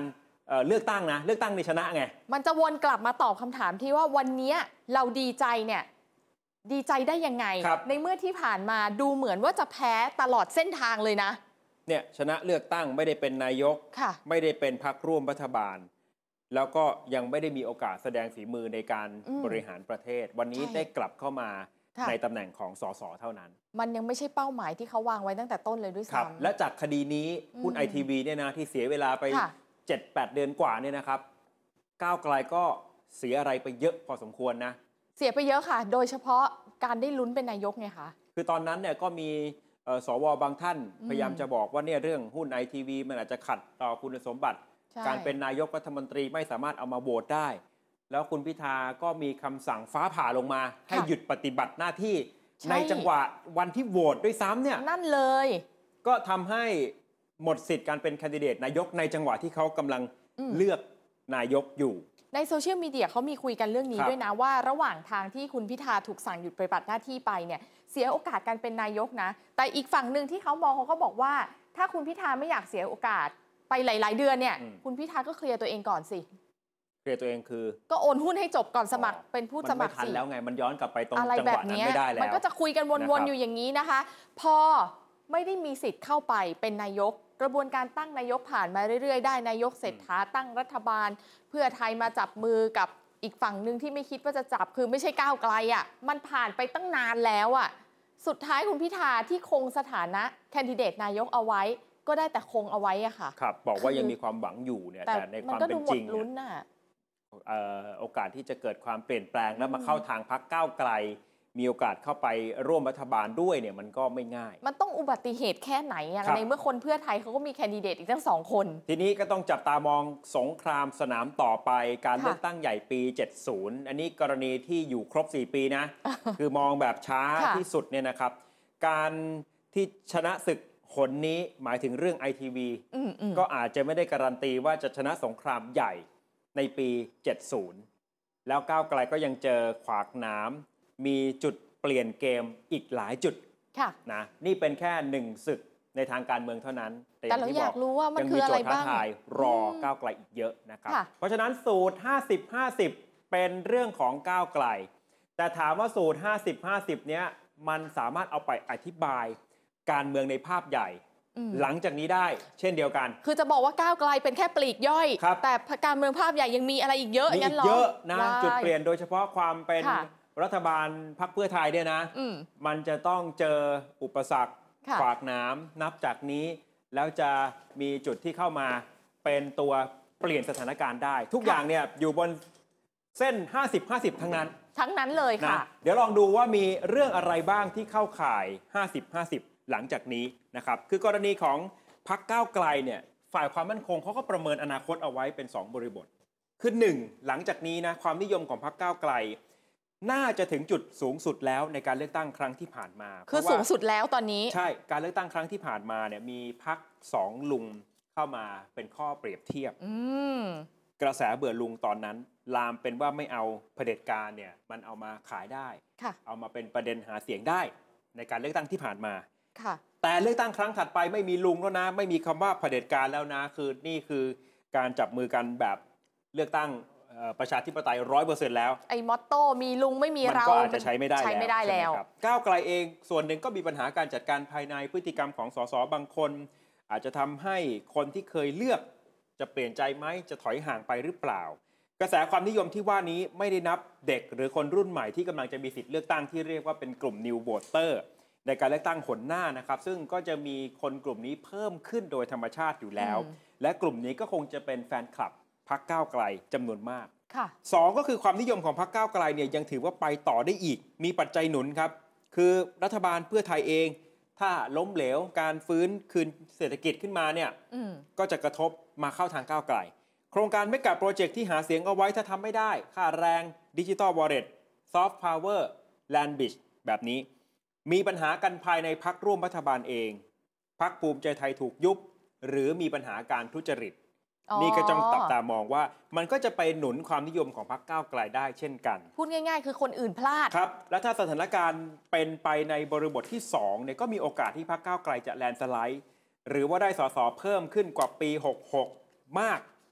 เลือกตั้งนะเลือกตั้งในชนะไงมันจะวนกลับมาตอบคำถามที่ว่าวันนี้เราดีใจเนี่ยดีใจได้ยังไงในเมื่อที่ผ่านมาดูเหมือนว่าจะแพ้ตลอดเส้นทางเลยนะเนี่ยชนะเลือกตั้งไม่ได้เป็นนายกไม่ได้เป็นพรรคร่วมรัฐบาลแล้วก็ยังไม่ได้มีโอกาสแสดงฝีมือในการบริหารประเทศวันนี้ได้กลับเข้ามาในตำแหน่งของสสเท่านั้นมันยังไม่ใช่เป้าหมายที่เขาวางไว้ตั้งแต่ต้นเลยด้วยซ้ำและจากคดีนี้หุ้นไอทีวีเนี่ยนะที่เสียเวลาไป เจ็ดแปด เดือนกว่าเนี่ยนะครับก้าวไกลก็เสียอะไรไปเยอะพอสมควรนะเสียไปเยอะค่ะโดยเฉพาะการได้ลุ้นเป็นนายกไงคะคือตอนนั้นเนี่ยก็มีสวบางท่านพยายามจะบอกว่าเนี่ยเรื่องหุ้นไอทีวีมันอาจจะขัดต่อคุณสมบัติการเป็นนายกรัฐมนตรีไม่สามารถเอามาโหวตได้แล้วคุณพิธาก็มีคำสั่งฟ้าผ่าลงมาให้หยุดปฏิบัติหน้าที่ในจังหวะวันที่โหวตด้วยซ้ำเนี่ยนั่นเลยก็ทำให้หมดสิทธิ์การเป็นแคนดิเดตนายกในจังหวะที่เขากำลังเลือกนายกอยู่ในโซเชียลมีเดียเขามีคุยกันเรื่องนี้ด้วยนะว่าระหว่างทางที่คุณพิธาถูกสั่งหยุดปฏิบัติหน้าที่ไปเนี่ยเสียโอกาสการเป็นนายกนะแต่อีกฝั่งหนึ่งที่เขามองเขาก็บอกว่าถ้าคุณพิธาไม่อยากเสียโอกาสไปหลายๆเดือนเนี่ยคุณพิธาก็เคลียร์ตัวเองก่อนสิเคลียร์ตัวเองคือก็โอนหุ้นให้จบก่อนสมัครเป็นผู้สมัครสิมันไม่ทันแล้วไงมันย้อนกลับไปตรงจังหวะนั้นไม่ได้แล้วมันก็จะคุยกันวนๆอยู่อย่างนี้นะคะพอไม่ได้มีสิทธิ์เข้าไปเป็นนายกกระบวนการตั้งนายกผ่านมาเรื่อยๆได้นายกเศรษฐาตั้งรัฐบาลเพื่อไทยมาจับมือกับอีกฝั่งหนึ่งที่ไม่คิดว่าจะจับคือไม่ใช่ก้าวไกลอ่ะมันผ่านไปตั้งนานแล้วอ่ะสุดท้ายคุณพิธาที่คงสถานะแคนดิเดตนายกเอาไว้ก็ได้แต่คงเอาไว้อะค่ะครับบอกว่ายังมีความหวังอยู่เนี่ยแต่ในความเป็นจริงเนี่ยโอกาสที่จะเกิดความเปลี่ยนแปลงแล้วมาเข้าทางพรรคก้าวไกลมีโอกาสเข้าไปร่วมรัฐบาลด้วยเนี่ยมันก็ไม่ง่ายมันต้องอุบัติเหตุแค่ไหนอะในเมื่อคนเพื่อไทยเขาก็มีแคนดิเดตอีกทั้งสองคนทีนี้ก็ต้องจับตามองสงครามสนามต่อไปการเลือกตั้งใหญ่ปีเจ็ดสิบอันนี้กรณีที่อยู่ครบสี่ปีนะ คือมองแบบช้าที่สุดเนี่ยนะครับการที่ชนะศึกหนนี้หมายถึงเรื่อง ไอ ที วี ก็อาจจะไม่ได้การันตีว่าจะชนะสงครามใหญ่ในปีเจ็ดสิบแล้วก้าวไกลก็ยังเจอขวากหนามมีจุดเปลี่ยนเกมอีกหลายจุดนะนี่เป็นแค่หนึ่งศึกในทางการเมืองเท่านั้นแต่อย่างที่บอกยังมีโจทย์ท้าทายรอก้าวไกลอีกเยอะนะครับเพราะฉะนั้นสูตร ห้าสิบ ห้าสิบ เป็นเรื่องของก้าวไกลแต่ถามว่าสูตร ห้าสิบ ห้าสิบ เนี้ยมันสามารถเอาไปอธิบายการเมืองในภาพใหญ่หลังจากนี้ได้เช่นเดียวกันคือจะบอกว่าก้าวไกลเป็นแค่ปลีกย่อยแต่การเมืองภาพใหญ่ยังมีอะไรอีกเยอะงั้นหรอเยอะนะจุดเปลี่ยนโดยเฉพาะความเป็นรัฐบาลพรรคเพื่อไทยเนี่ยนะมันจะต้องเจออุปสรรคขวากหนามนับจากนี้แล้วจะมีจุดที่เข้ามาเป็นตัวเปลี่ยนสถานการณ์ได้ทุกอย่างเนี่ยอยู่บนเส้น ห้าสิบ ห้าสิบ ทั้งนั้นทั้งนั้นเลยค่ะเดี๋ยวลองดูว่ามีเรื่องอะไรบ้างที่เข้าข่าย ห้าสิบ ห้าสิบ หลังจากนี้นะครับคือกรณีของพรรคก้าวไกลเนี่ยฝ่ายความมั่นคงเขาก็ประเมินอนาคตเอาไว้เป็นสองบริบทคือหนึ่งหลังจากนี้นะความนิยมของพรรคก้าวไกลน่าจะถึงจุดสูงสุดแล้วในการเลือกตั้งครั้งที่ผ่านมาคือสูงสุดแล้วตอนนี้ใช่การเลือกตั้งครั้งที่ผ่านมาเนี่ยมีพรรคสองลุงเข้ามาเป็นข้อเปรียบเทียบกระแสเบื่อลุงตอนนั้นลามเป็นว่าไม่เอาเผด็จการเนี่ยมันเอามาขายได้เอามาเป็นประเด็นหาเสียงได้ในการเลือกตั้งที่ผ่านมาแต่เลือกตั้งครั้งถัดไปไม่มีลุงแล้วนะไม่มีคำว่าเผด็จการแล้วนะคือนี่คือการจับมือกันแบบเลือกตั้งประชาธิปไตย ร้อยเปอร์เซ็นต์ แล้วไอ้มอตโต้มีลุงไม่มีเรามันก็อาจจะใช้ไม่ได้ใช้ไม่ได้แล้วก้าวไกลเองส่วนหนึ่งก็มีปัญหาการจัดการภายในพฤติกรรมของสสบางคนอาจจะทำให้คนที่เคยเลือกจะเปลี่ยนใจไหมจะถอยห่างไปหรือเปล่ากระแสความนิยมที่ว่านี้ไม่ได้นับเด็กหรือคนรุ่นใหม่ที่กำลังจะมีสิทธิ์เลือกตั้งที่เรียกว่าเป็นกลุ่ม New Voter ในการเลือกตั้งหนหน้านะครับซึ่งก็จะมีคนกลุ่มนี้เพิ่มขึ้นโดยธรรมชาติอยู่แล้วและกลุ่มนี้ก็คงจะเป็นแฟนคลับพรรคก้าวไกลจำนวนมากสองก็คือความนิยมของพรรคก้าวไกลเนี่ยยังถือว่าไปต่อได้อีกมีปัจจัยหนุนครับคือรัฐบาลเพื่อไทยเองถ้าล้มเหลวการฟื้นคืนเศรษฐกิจขึ้นมาเนี่ยก็จะกระทบมาเข้าทางก้าวไกลโครงการเมกะโปรเจกต์ที่หาเสียงเอาไว้ถ้าทำไม่ได้ค่าแรงดิจิทัลวอลเล็ตซอฟต์พาวเวอร์แลนด์บิชแบบนี้มีปัญหากันภายในพรรคร่วมรัฐบาลเองพรรคภูมิใจไทยถูกยุบหรือมีปัญหาการทุจริตนี่ก็จ้องจับตามองว่ามันก็จะไปหนุนความนิยมของพรรคก้าวไกลได้เช่นกันพูดง่ายๆคือคนอื่นพลาดครับและถ้าสถานการณ์เป็นไปในบริบทที่สองเนี่ยก็มีโอกาสที่พรรคก้าวไกลจะแลนด์สไลด์หรือว่าได้สสเพิ่มขึ้นกว่าปีหกสิบหกมาก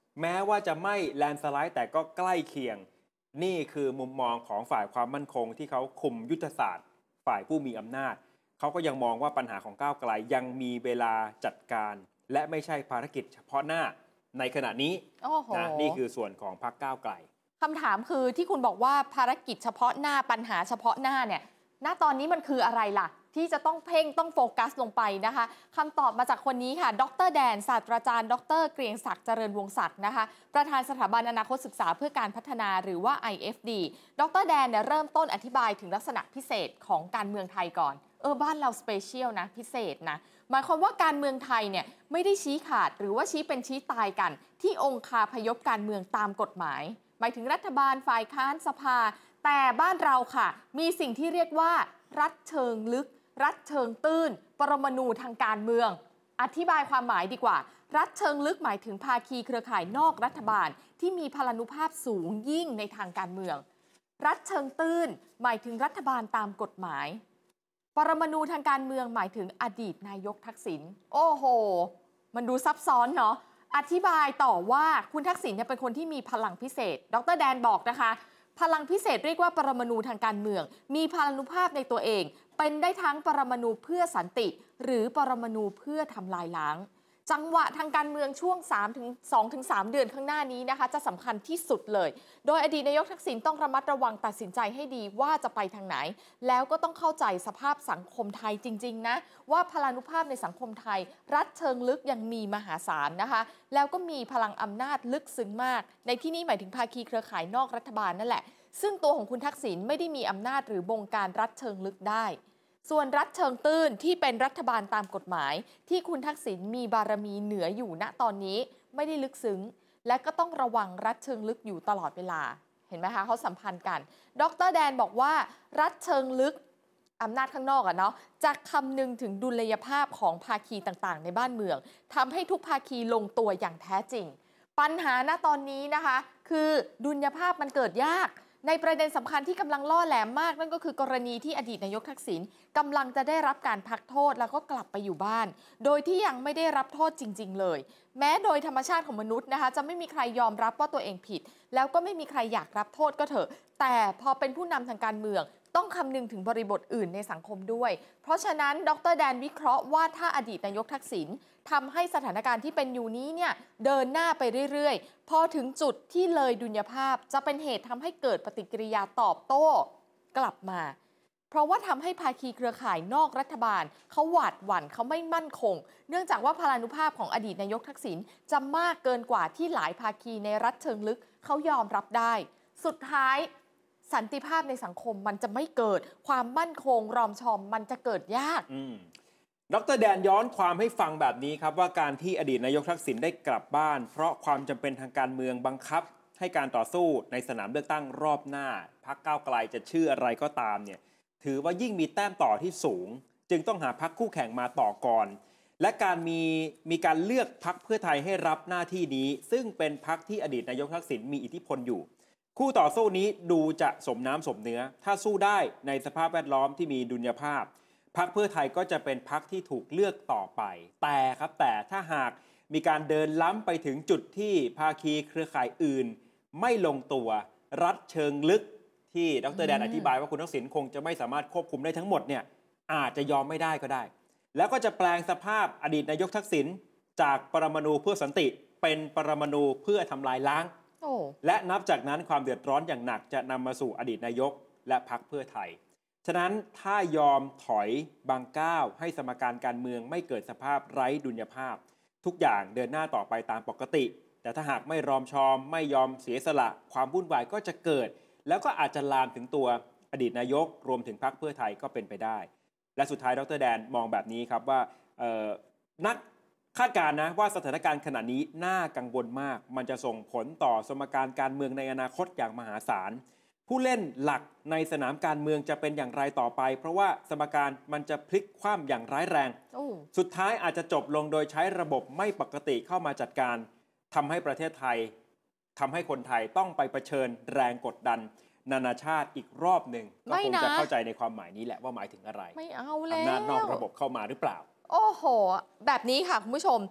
แม้ว่าจะไม่แลนด์สไลด์แต่ก็ใกล้เคียงนี่คือมุมมองของฝ่ายความมั่นคงที่เขาคุมยุทธศาสตร์ฝ่ายผู้มีอำนาจเขาก็ยังมองว่าปัญหาของก้าวไกลยังมีเวลาจัดการและไม่ใช่ภารกิจเฉพาะหน้าในขณะนี้นะนี่คือส่วนของพรรคก้าวไกลคำถามคือที่คุณบอกว่าภารกิจเฉพาะหน้าปัญหาเฉพาะหน้าเนี่ยณตอนนี้มันคืออะไรล่ะที่จะต้องเพ่งต้องโฟกัสลงไปนะคะคำตอบมาจากคนนี้ค่ะดรแดนศาสตราจารย์ดรเกรียงศักดิ์เจริญวงศ์ศักดิ์นะคะประธานสถาบันอนาคตศึกษาเพื่อการพัฒนาหรือว่า ไอ เอฟ ดี ดรแดนเนี่ยเริ่มต้นอธิบายถึงลักษณะพิเศษของการเมืองไทยก่อนเออบ้านเราสเปเชียลนะพิเศษนะหมายความว่าการเมืองไทยเนี่ยไม่ได้ชี้ขาดหรือว่าชี้เป็นชี้ตายกันที่องคาพยพการเมืองตามกฎหมายหมายถึงรัฐบาลฝ่ายค้านสภาแต่บ้านเราค่ะมีสิ่งที่เรียกว่ารัฐเชิงลึกรัฐเชิงตื้นปรมาณูทางการเมืองอธิบายความหมายดีกว่ารัฐเชิงลึกหมายถึงภาคีเครือข่ายนอกรัฐบาลที่มีพลานุภาพสูงยิ่งในทางการเมืองรัฐเชิงตื้นหมายถึงรัฐบาลตามกฎหมายปรมาณูทางการเมืองหมายถึงอดีตนายกทักษิณโอ้โหมันดูซับซ้อนเนาะอธิบายต่อว่าคุณทักษิณเป็นคนที่มีพลังพิเศษดรแดนบอกนะคะพลังพิเศษเรียกว่าปรมาณูทางการเมืองมีพลานุภาพในตัวเองเป็นได้ทั้งปรมาณูเพื่อสันติหรือปรมาณูเพื่อทำลายล้างจังหวะทางการเมืองช่วง สองถึงสาม เดือนข้างหน้านี้นะคะจะสำคัญที่สุดเลยโดยอดีตนายกทักษิณต้องระมัดระวังตัดสินใจให้ดีว่าจะไปทางไหนแล้วก็ต้องเข้าใจสภาพสังคมไทยจริงๆนะว่าพลานุภาพในสังคมไทยรัฐเชิงลึกยังมีมหาศาลนะคะแล้วก็มีพลังอำนาจลึกซึ้งมากในที่นี้หมายถึงภาคีเครือข่ายนอกรัฐบาลนั่นแหละซึ่งตัวของคุณทักษิณไม่ได้มีอำนาจหรือบงการรัฐเชิงลึกได้ส่วนรัฐเชิงตื้นที่เป็นรัฐบาลตามกฎหมายที่คุณทักษิณมีบารมีเหนืออยู่ณตอนนี้ไม่ได้ลึกซึ้งและก็ต้องระวังรัฐเชิงลึกอยู่ตลอดเวลาเห็นไหมคะเขาสัมพันธ์กันดรแดนบอกว่ารัฐเชิงลึกอำนาจข้างนอกอะเนาะจะคำนึงถึงดุลยภาพของภาคีต่างๆในบ้านเมืองทำให้ทุกภาคีลงตัวอย่างแท้จริงปัญหาณตอนนี้นะคะคือดุลยภาพมันเกิดยากในประเด็นสำคัญที่กำลังล่อแหลมมากนั่นก็คือกรณีที่อดีตนายกทักษิณกำลังจะได้รับการพักโทษแล้วก็กลับไปอยู่บ้านโดยที่ยังไม่ได้รับโทษจริงๆเลยแม้โดยธรรมชาติของมนุษย์นะคะจะไม่มีใครยอมรับว่าตัวเองผิดแล้วก็ไม่มีใครอยากรับโทษก็เถอะแต่พอเป็นผู้นำทางการเมืองต้องคำนึงถึงบริบทอื่นในสังคมด้วยเพราะฉะนั้นดรแดนวิเคราะห์ว่าถ้าอดีตนายกทักษิณทำให้สถานการณ์ที่เป็นอยู่นี้เนี่ยเดินหน้าไปเรื่อยๆพอถึงจุดที่เลยดุลยภาพจะเป็นเหตุทำให้เกิดปฏิกิริยาตอบโต้กลับมาเพราะว่าทำให้ภาคีเครือข่ายนอกรัฐบาลเขาหวาดหวั่นเขาไม่มั่นคงเนื่องจากว่าพลานุภาพของอดีตนายกทักษิณจะมากเกินกว่าที่หลายภาคีในรัฐเชิงลึกเขายอมรับได้สุดท้ายสันติภาพในสังคมมันจะไม่เกิดความมั่นคงรอมชอมมันจะเกิดยากดรแดนย้อนความให้ฟังแบบนี้ครับว่าการที่อดีตนายกทักษิณได้กลับบ้านเพราะความจำเป็นทางการเมืองบังคับให้การต่อสู้ในสนามเลือกตั้งรอบหน้าพรรคก้าวไกลจะชื่ออะไรก็ตามเนี่ยถือว่ายิ่งมีแต้มต่อที่สูงจึงต้องหาพรรคคู่แข่งมาต่อก่อนและการมีมีการเลือกพรรคเพื่อไทยให้รับหน้าที่นี้ซึ่งเป็นพรรคที่อดีตนายกทักษิณมีอิทธิพลอยู่คู่ต่อสู้นี้ดูจะสมน้ำสมเนื้อถ้าสู้ได้ในสภาพแวดล้อมที่มีดุลยภาพพรรคเพื่อไทยก็จะเป็นพรรคที่ถูกเลือกต่อไปแต่ครับแต่ถ้าหากมีการเดินล้ำไปถึงจุดที่ภาคีเครือข่ายอื่นไม่ลงตัวรัฐเชิงลึกที่ดรแดนอธิบายว่าคุณทักษิณคงจะไม่สามารถควบคุมได้ทั้งหมดเนี่ยอาจจะยอมไม่ได้ก็ได้แล้วก็จะแปลงสภาพอดีตนายกทักษิณจากปรมาณูเพื่อสันติเป็นปรมาณูเพื่อทำลายล้างและนับจากนั้นความเดือดร้อนอย่างหนักจะนำมาสู่อดีตนายกและพรรคเพื่อไทยฉะนั้นถ้ายอมถอยบางก้าวให้สมการการเมืองไม่เกิดสภาพไร้ดุลยภาพทุกอย่างเดินหน้าต่อไปตามปกติแต่ถ้าหากไม่รอมชอมไม่ยอมเสียสละความวุ่นวายก็จะเกิดแล้วก็อาจจะลามถึงตัวอดีตนายกรวมถึงพรรคเพื่อไทยก็เป็นไปได้และสุดท้ายดรแดนมองแบบนี้ครับว่านักคาดการณ์นะว่าสถานการณ์ขณะนี้น่ากังวลมากมันจะส่งผลต่อสมการการเมืองในอนาคตอย่างมหาศาลผู้เล่นหลักในสนามการเมืองจะเป็นอย่างไรต่อไปเพราะว่าสมการมันจะพลิกคว่ำอย่างร้ายแรงสุดท้ายอาจจะจบลงโดยใช้ระบบไม่ปกติเข้ามาจัดการทำให้ประเทศไทยทำให้คนไทยต้องไปเผชิญแรงกดดันนานาชาติอีกรอบหนึ่งก็คงจะเข้าใจในความหมายนี้แหละว่าหมายถึงอะไรไม่เอาแล้วอำนาจนอกระบบเข้ามาหรือเปล่าโอ้โหแบบนี้ค่ะคุณผู้ชม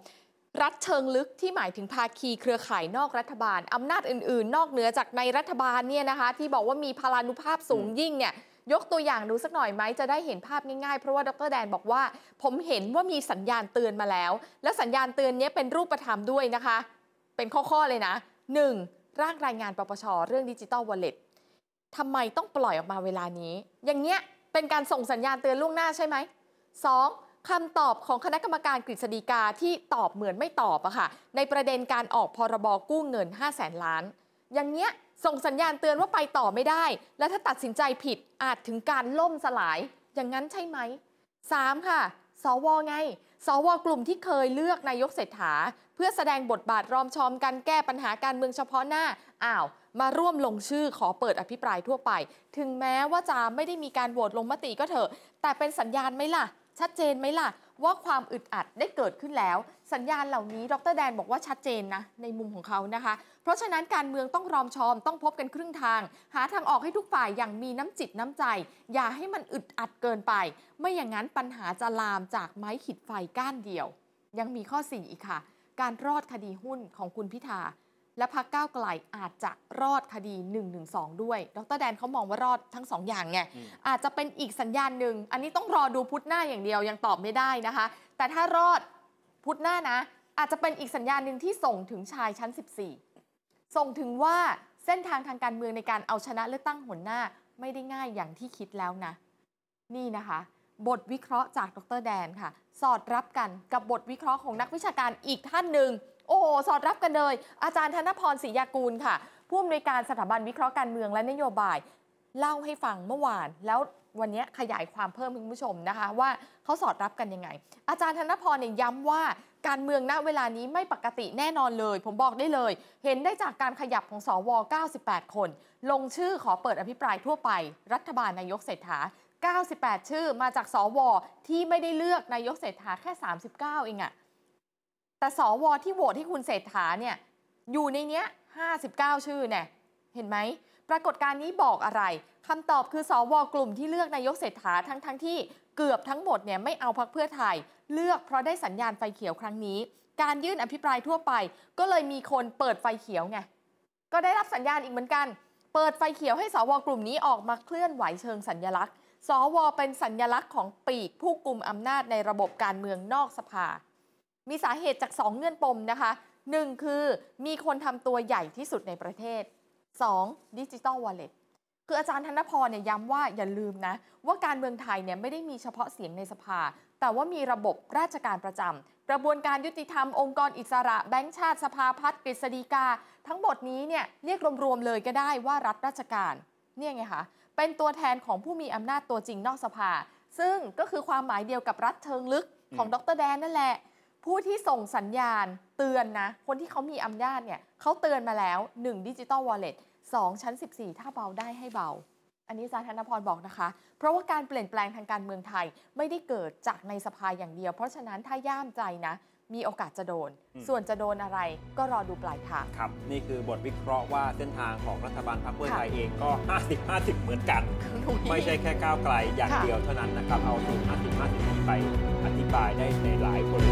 รัฐเชิงลึกที่หมายถึงภาคีเครือข่ายนอกรัฐบาลอำนาจอื่นๆ นอกเหนือจากในรัฐบาลเนี่ยนะคะที่บอกว่ามีพลานุภาพสูงยิ่งเนี่ยยกตัวอย่างดูสักหน่อยไหมจะได้เห็นภาพง่ายๆเพราะว่าดร.แดนบอกว่าผมเห็นว่ามีสัญญาณเตือนมาแล้วและสัญญาณเตือนนี้เป็นรูปธรรมด้วยนะคะเป็นข้อๆเลยนะ หนึ่ง. ร่างรายงานปปช.เรื่องดิจิตอลวอลเล็ตทำไมต้องปล่อยออกมาเวลานี้อย่างเงี้ยเป็นการส่งสัญญาณเตือนล่วงหน้าใช่ไหม สอง. คำตอบของคณะกรรมการกฤษฎีกาที่ตอบเหมือนไม่ตอบอะค่ะในประเด็นการออกพรบกู้เงินห้าแสนล้านอย่างเงี้ยส่งสัญญาณเตือนว่าไปต่อไม่ได้และถ้าตัดสินใจผิดอาจถึงการล่มสลายอย่างนั้นใช่ไหม สาม. ค่ะสวไงสวกลุ่มที่เคยเลือกนายกเศรษฐาเพื่อแสดงบทบาทรอมชอมกันแก้ปัญหาการเมืองเฉพาะหน้าอ้าวมาร่วมลงชื่อขอเปิดอภิปรายทั่วไปถึงแม้ว่าจะไม่ได้มีการโหวตลงมติก็เถอะแต่เป็นสัญญาณไหมล่ะชัดเจนไหมล่ะว่าความอึดอัดได้เกิดขึ้นแล้วสัญญาณเหล่านี้ดร.แดนบอกว่าชัดเจนนะในมุมของเขานะคะเพราะฉะนั้นการเมืองต้องรอมชอมต้องพบกันครึ่งทางหาทางออกให้ทุกฝ่ายอย่างมีน้ำจิตน้ำใจอย่าให้มันอึดอัดเกินไปไม่อย่างนั้นปัญหาจะลามจากไม้ขีดไฟก้านเดียวยังมีข้อสี่อีกค่ะการรอดคดีหุ้นของคุณพิธาและพรรคก้าวไกลอาจจะรอดคดีหนึ่งหนึ่งสองด้วยดร.แดนเขามองว่ารอดทั้งสองอย่างไงอาจจะเป็นอีกสัญญาณหนึ่งอันนี้ต้องรอดูพุธหน้าอย่างเดียวยังตอบไม่ได้นะคะแต่ถ้ารอดพุธหน้านะอาจจะเป็นอีกสัญญาณหนึ่งที่ส่งถึงชายชั้นสิบสี่ส่งถึงว่าเส้นทางทางการเมืองในการเอาชนะเลือกตั้งหนหน้าไม่ได้ง่ายอย่างที่คิดแล้วนะนี่นะคะบทวิเคราะห์จากดร.แดนค่ะสอดรับกันกับบทวิเคราะห์ของนักวิชาการอีกท่านหนึ่งโอ้โหสอดรับกันเลยอาจารย์ธนพรศรียากูลค่ะผู้อำนวยการสถาบันวิเคราะห์การเมืองและนโยบายเล่าให้ฟังเมื่อวานแล้ววันนี้ขยายความเพิ่มคุณผู้ชมนะคะว่าเขาสอดรับกันยังไงอาจารย์ธนพรเนี่ยย้ำว่าการเมืองณเวลานี้ไม่ปกติแน่นอนเลยผมบอกได้เลยเห็นได้จากการขยับของสวเก้าสิบแปดคนลงชื่อขอเปิดอภิปรายทั่วไปรัฐบาลนายกเศรษฐาเก้าสิบแปดชื่อมาจากสวที่ไม่ได้เลือกนายกเศรษฐาแค่สามสิบเก้าเองอะแต่สวที่โหวตให้คุณเศรษฐาเนี่ยอยู่ในเนี้ยห้าสิบเก้าชื่อเนี่ยเห็นไหมปรากฏการณ์นี้บอกอะไรคำตอบคือสวกลุ่มที่เลือกนายกเศรษฐาทั้งทั้งที่เกือบทั้งหมดเนี่ยไม่เอาพรรคเพื่อไทยเลือกเพราะได้สัญญาณไฟเขียวครั้งนี้การยื่นอภิปรายทั่วไปก็เลยมีคนเปิดไฟเขียวไงก็ได้รับสัญญาณอีกเหมือนกันเปิดไฟเขียวให้สวกลุ่มนี้ออกมาเคลื่อนไหวเชิงสัญลักษณ์สวเป็นสัญลักษณ์ของปีกผู้กุมอำนาจในระบบการเมืองนอกสภามีสาเหตุจากสองเงื่อนปมนะคะหนึ่งคือมีคนทำตัวใหญ่ที่สุดในประเทศสองดิจิตอลวอลเล็ตคืออาจารย์ธนพรเนี่ยย้ำว่าอย่าลืมนะว่าการเมืองไทยเนี่ยไม่ได้มีเฉพาะเสียงในสภาแต่ว่ามีระบบราชการประจำกระบวนการยุติธรรมองค์กรอิสระแบงก์ชาติสภาพัฒน์กฤษฎีกาทั้งหมดนี้เนี่ยเรียกรวมๆเลยก็ได้ว่ารัฐราชการเนี่ยไงคะเป็นตัวแทนของผู้มีอำนาจตัวจริงนอกสภาซึ่งก็คือความหมายเดียวกับรัฐเชิงลึกของดร.แดนนั่นแหละผู้ที่ส่งสัญญาณเตือนนะคนที่เขามีอำนาจเนี่ยเขาเตือนมาแล้วหนึ่งดิจิตอลวอลเล็ตสองชั้นสิบสี่ถ้าเบาได้ให้เบาอันนี้อาจารย์ธนพรบอกนะคะเพราะว่าการเปลี่ยนแปลงทางการเมืองไทยไม่ได้เกิดจากในสภาอย่างเดียวเพราะฉะนั้นถ้าย่ามใจนะมีโอกาสจะโดนส่วนจะโดนอะไรก็รอดูปลายทางครับนี่คือบทวิเคราะห์ว่าเส้นทางของรัฐบาลพรรคเพื่อไทยเองก็ ห้าสิบ ห้าสิบ เหมือนกันไม่ใช่แค่ก้าวไกลอย่างเดียวเท่านั้นนะครับเอาสูตร ห้าสิบ ห้าสิบ ไปอธิบายได้ในหลายบริ